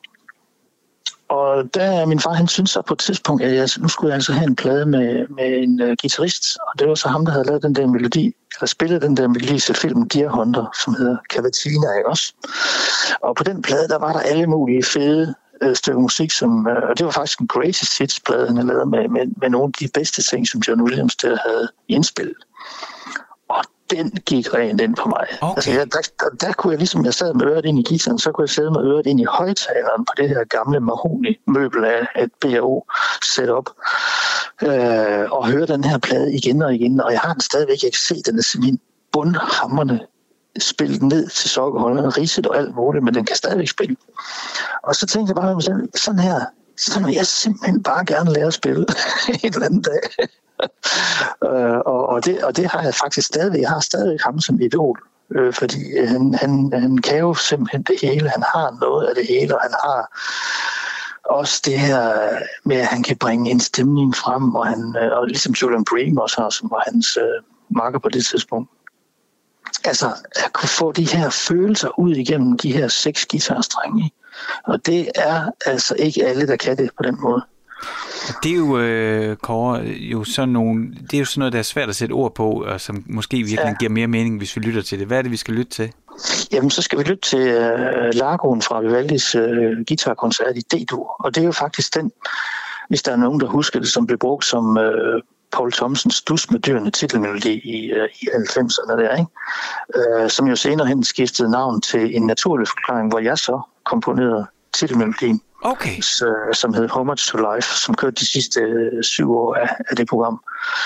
Og der min far, han syntes så på et tidspunkt, at nu skulle jeg altså have en plade med en guitarist, og det var så ham, der havde lavet den der melodi, eller spillet den der melodi til filmen Deer Hunter, som hedder Cavatina, ikke også? Og på den plade, der var der alle mulige fede stykker musik, og det var faktisk en greatest hits-plade, han havde lavet med nogle af de bedste ting, som John Williams der havde indspillet. Og den gik rent ind på mig. Okay. Altså, der kunne jeg ligesom, jeg sad med øret ind i guitaren, så kunne jeg sidde med øret ind i højtaleren på det her gamle mahogni-møbel af et B&O setup, og høre den her plade igen og igen, og jeg har den stadigvæk, jeg kan se, den er simpelthen bundhamrende spillet ned til sokkerholderne, ridset og alt muligt, men den kan stadigvæk spille. Og så tænkte jeg bare, sådan her, så vil jeg simpelthen bare gerne lære at spille en eller anden dag. Og det har jeg faktisk stadigvæk. Jeg har stadigvæk ham som idol, fordi han kan jo simpelthen det hele. Han har noget af det hele, og han har også det her med, at han kan bringe en stemning frem, og ligesom Julian Bream også har, som var hans makker på det tidspunkt. Altså, at kunne få de her følelser ud igennem de her 6 guitarstrenge. Og det er altså ikke alle, der kan det på den måde. Det er jo, Kåre, det er jo sådan noget, der er svært at sætte ord på, og som måske virkelig giver mere mening, hvis vi lytter til det. Hvad er det, vi skal lytte til? Jamen, så skal vi lytte til Largoen fra Vivaldis guitarkoncert i D-dur. Og det er jo faktisk den, hvis der er nogen, der husker det, som blev brugt som Paul Thomsens Dus med dyrene titelmelodi i 90'erne der, ikke? Som jo senere hen skiftede navn til En naturlig forklaring, hvor jeg så komponerede titelmelodien. Okay. Som hed Homage to Life, som kørte de sidste 7 år af det program.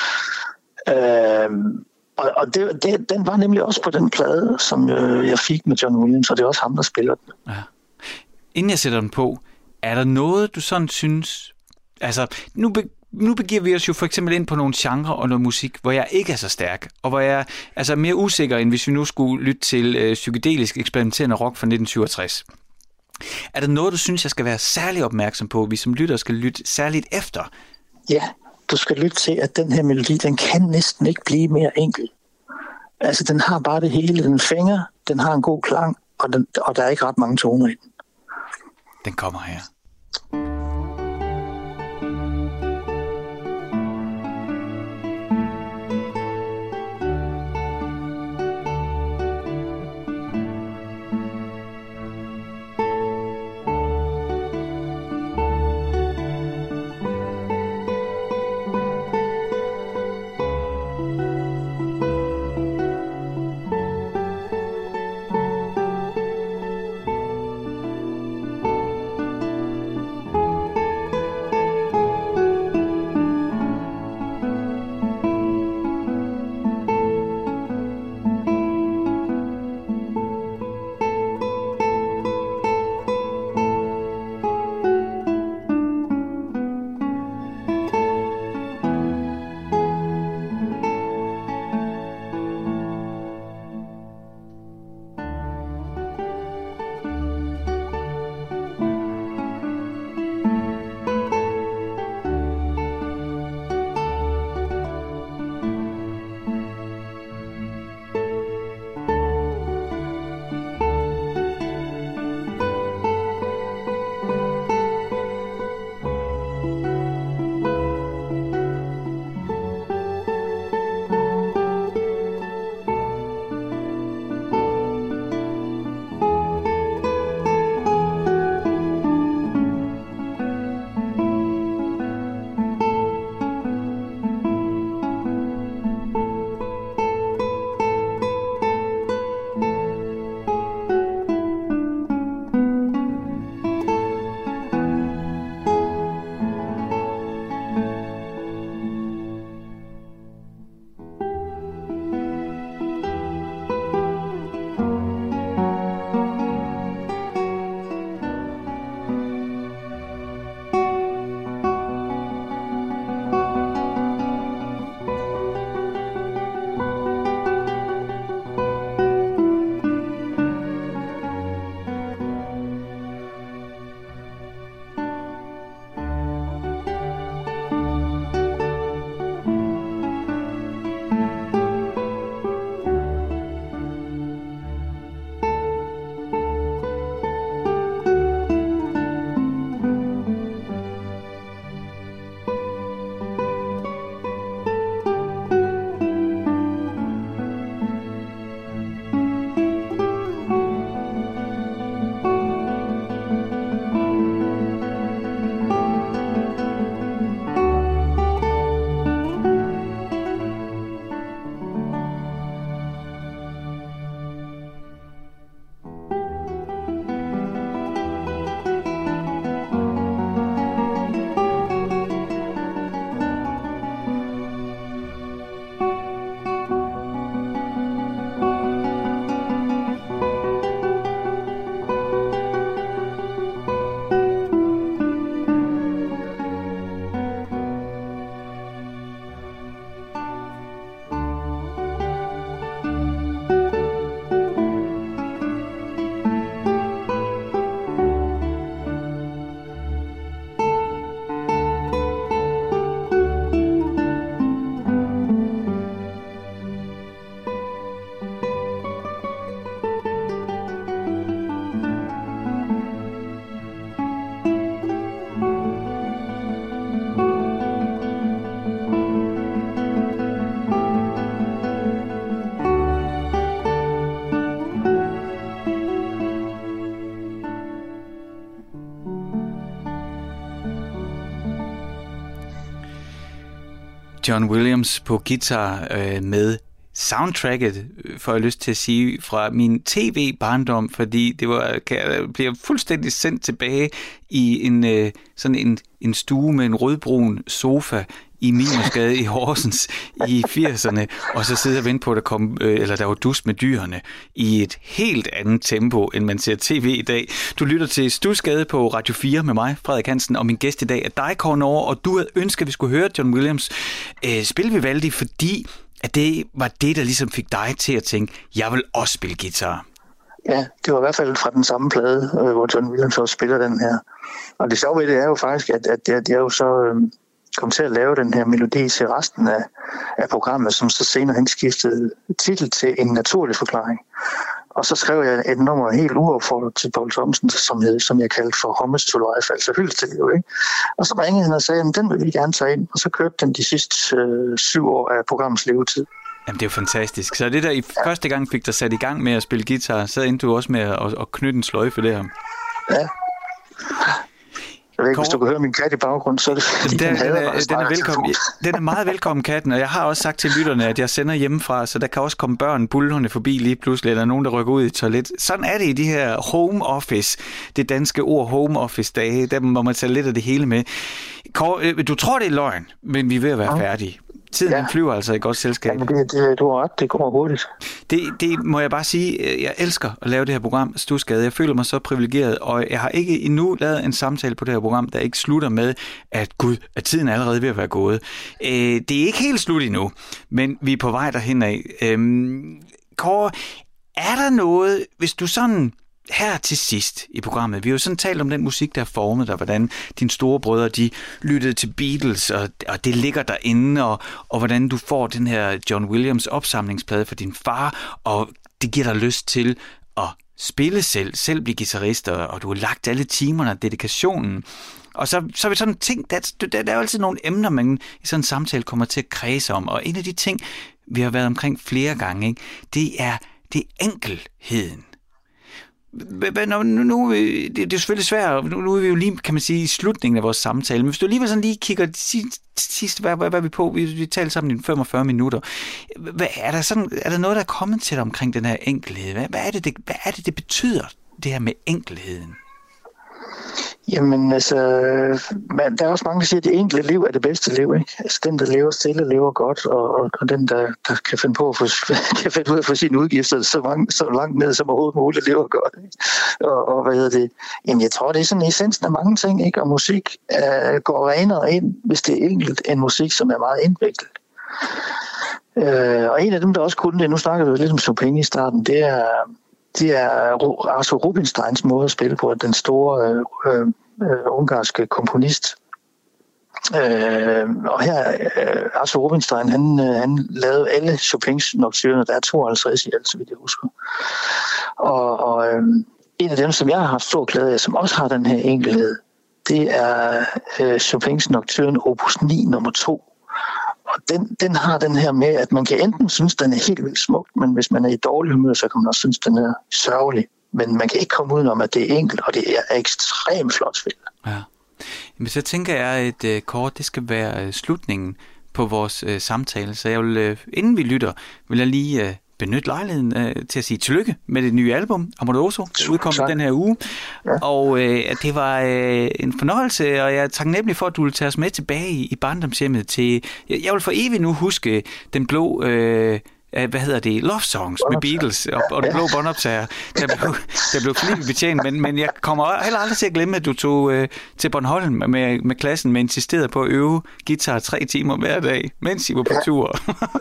Og den var nemlig også på den plade, som jeg fik med John Williams, og det er også ham, der spiller den. Ja. Inden jeg sætter den på, er der noget, du sådan synes... Altså, nu begiver vi os jo for eksempel ind på nogle genrer og noget musik, hvor jeg ikke er så stærk, og hvor jeg er mere usikker, end hvis vi nu skulle lytte til psykedelisk eksperimenterende rock fra 1967. Er der noget, du synes, jeg skal være særlig opmærksom på, vi som lytter skal lytte særligt efter? Ja, du skal lytte til, at den her melodi, den kan næsten ikke blive mere enkel. Altså, den har bare det hele. Den fænger, den har en god klang, og der er ikke ret mange toner i den. Den kommer her. John Williams på guitar med soundtracket, får jeg lyst til at sige, fra min tv-barndom, fordi det bliver fuldstændig sendt tilbage i en stue med en rødbrun sofa i Mimersgade i Horsens i 80'erne, og så sidder og venter på, at der var dus med dyrene i et helt andet tempo, end man ser tv i dag. Du lytter til Studsgade på Radio 4 med mig, Frederik Hansen, og min gæst i dag er dig, Kåre Norge, og du havde ønsket, at vi skulle høre John Williams spille Vivaldi, fordi at det var det, der ligesom fik dig til at tænke, jeg vil også spille guitar. Ja, det var i hvert fald fra den samme plade, hvor John Williams også spiller den her. Og det sjove ved det er jo faktisk, at jeg jo så kom til at lave den her melodi til resten af programmet, som så senere hen skiftede titel til En naturlig forklaring. Og så skrev jeg et nummer helt uopfordret til Poul Thomsen, som jeg kaldte for Homage to Life, altså hyldest til liv, ikke? Og så ringede han og sagde, at den vil vi gerne tage ind, og så kørte den de sidste 7 år af programmets levetid. Jamen, det er jo fantastisk. Så det der i første gang fik dig sat i gang med at spille guitar, så endte du også med at knytte en sløjfe der. Ja. Jeg ved ikke, hvis du kan høre min kat i baggrund, så er det fordi, den er velkommen. Den er meget velkommen, katten, og jeg har også sagt til lytterne, at jeg sender hjemmefra, så der kan også komme børn bullerne forbi lige pludselig, eller nogen, der rykker ud i toilet. Sådan er det i de her home office, det danske ord home office dage, der må man tage lidt af det hele med. Kåre, du tror, det er løgn, men vi er ved at være færdige. Tiden flyver altså i godt selskab. Jamen, du har ret, det går hurtigt. Det må jeg bare sige, jeg elsker at lave det her program, Studsgade. Jeg føler mig så privilegeret, og jeg har ikke endnu lavet en samtale på det her program, der ikke slutter med, at tiden er allerede ved at være gået. Det er ikke helt slut endnu, men vi er på vej derhen af. Kåre, er der noget, hvis du sådan her til sidst i programmet, vi har jo sådan talt om den musik, der er formet, og hvordan dine store brødre, de lyttede til Beatles, og det ligger derinde, og hvordan du får den her John Williams opsamlingsplade for din far, og det giver dig lyst til at spille selv blive guitarist, og du har lagt alle timerne og dedikationen. Og så er vi sådan ting, der er jo altid nogle emner, man i sådan en samtale kommer til at kredse om, og en af de ting, vi har været omkring flere gange, ikke, det er enkelheden. Nu det er selvfølgelig svært, nu er vi jo lige, kan man sige, i slutningen af vores samtale, men hvis du alligevel sådan lige kigger sidst, hvad er vi på? Vi taler sammen i 45 minutter. Er der noget, der er kommet til dig omkring den her enkelhed? Hvad er det betyder, det her med enkelheden? Jamen altså, der er også mange, der siger, at det enkelte liv er det bedste liv, ikke? Altså den, der lever stille, lever godt, og den, der kan finde på kan finde ud af at få sine udgifter så langt ned som overhovedet muligt, lever godt, ikke? Og hvad hedder det? Jamen jeg tror, det er sådan essensen af mange ting, ikke? Og musik går renere ind, hvis det er enkelt, end musik, som er meget indviklet. Og en af dem, der også kunne det, nu snakker vi lidt om Chopin i starten, det er Arthur Rubinsteins måde at spille på, den store ungarske komponist. Og her, Arthur Rubinstein, han lavede alle Chopins nocturner, der er 52 i alt, så vidt jeg husker. Og en af dem, som jeg har haft stor glæde af, som også har den her enkelhed, det er Chopins nocturne opus 9 nummer 2. Og den har den her med, at man kan enten synes, den er helt vildt smuk, men hvis man er i dårlig humør, så kan man også synes, den er sørgelig. Men man kan ikke komme udenom, at det er enkelt, og det er ekstremt flot spil. Ja. Men så tænker jeg, at Kåre, det skal være slutningen på vores samtale. Så jeg vil, inden vi lytter, vil jeg lige benytte lejligheden til at sige tillykke med det nye album, Amoroso, der udkom den her uge. Ja. Og det var en fornøjelse, og jeg er taknemmelig for, at du vil tage os med tilbage i barndomshjemmet til... Jeg vil for evigt nu huske den blå... Love Songs med Beatles og den blå båndoptager, der blev flittigt betjent, men jeg kommer heller aldrig til at glemme, at du tog til Bornholm med klassen, men insisterede på at øve guitar 3 timer hver dag, mens I var på tur.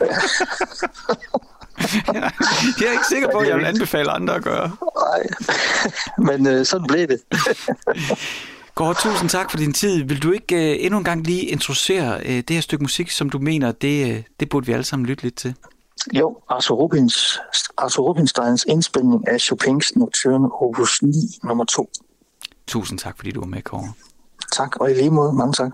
Jeg er ikke sikker på, at jeg vil anbefale andre at gøre. Nej, men sådan blev det. Kåre, tusind tak for din tid. Vil du ikke endnu en gang lige introducere det her stykke musik, som du mener, det burde vi alle sammen lytte lidt til? Jo, Arthur Rubinsteins indspilning af Chopins Nocturne opus 9 nummer 2. Tusind tak, fordi du var med, Kåre. Tak, og i lige måde. Mange tak.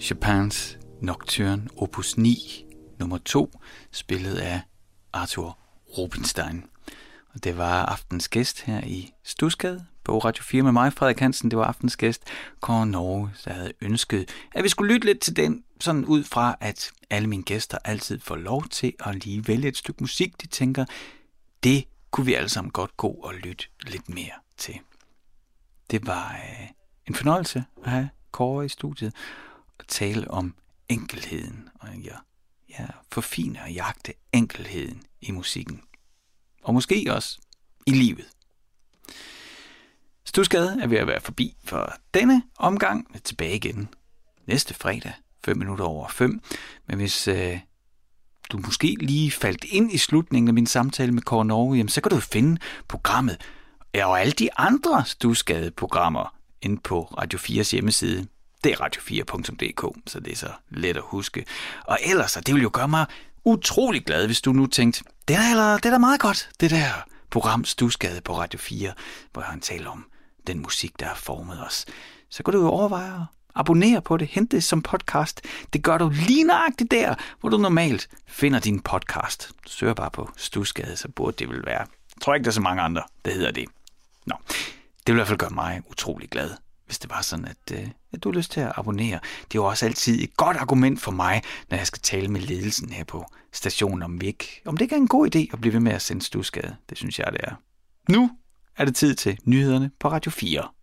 Chopins Nocturne opus 9, nummer 2, spillet af Arthur Rubinstein. Og det var aftens gæst her i Studsgade på Radio 4 med mig, Frederik Hansen. Det var aftens gæst, Kåre Norge, der havde ønsket, at vi skulle lytte lidt til den, sådan ud fra, at alle mine gæster altid får lov til at lige vælge et stykke musik, de tænker, det kunne vi alle sammen godt gå og lytte lidt mere til. Det var en fornøjelse at have Kåre i studiet og tale om enkelheden, og jeg forfiner og jagte enkelheden i musikken. Og måske også i livet. Studsgade er ved at være forbi for denne omgang. Tilbage igen næste fredag, 5:05. Men hvis du måske lige faldt ind i slutningen af min samtale med Kåre Norge, jamen, så kan du finde programmet og alle de andre Studsgade-programmer inde på Radio 4's hjemmeside. Det er radio4.dk, så det er så let at huske. Og ellers, det vil jo gøre mig utrolig glad, hvis du nu tænkte, det er da meget godt, det der program Studsgade på Radio 4, hvor han taler om den musik, der har formet os. Så kan du jo overveje at abonnere på det, hente det som podcast. Det gør du lige nøjagtigt der, hvor du normalt finder din podcast. Du søger bare på Studsgade, så burde det vel være. Jeg tror ikke, der er så mange andre, der hedder det. Nå, det vil i hvert fald gøre mig utrolig glad, hvis det var sådan, at du har lyst til at abonnere. Det er jo også altid et godt argument for mig, når jeg skal tale med ledelsen her på stationen, om det ikke er en god idé at blive ved med at sende Studsgade. Det synes jeg, det er. Nu er det tid til nyhederne på Radio 4.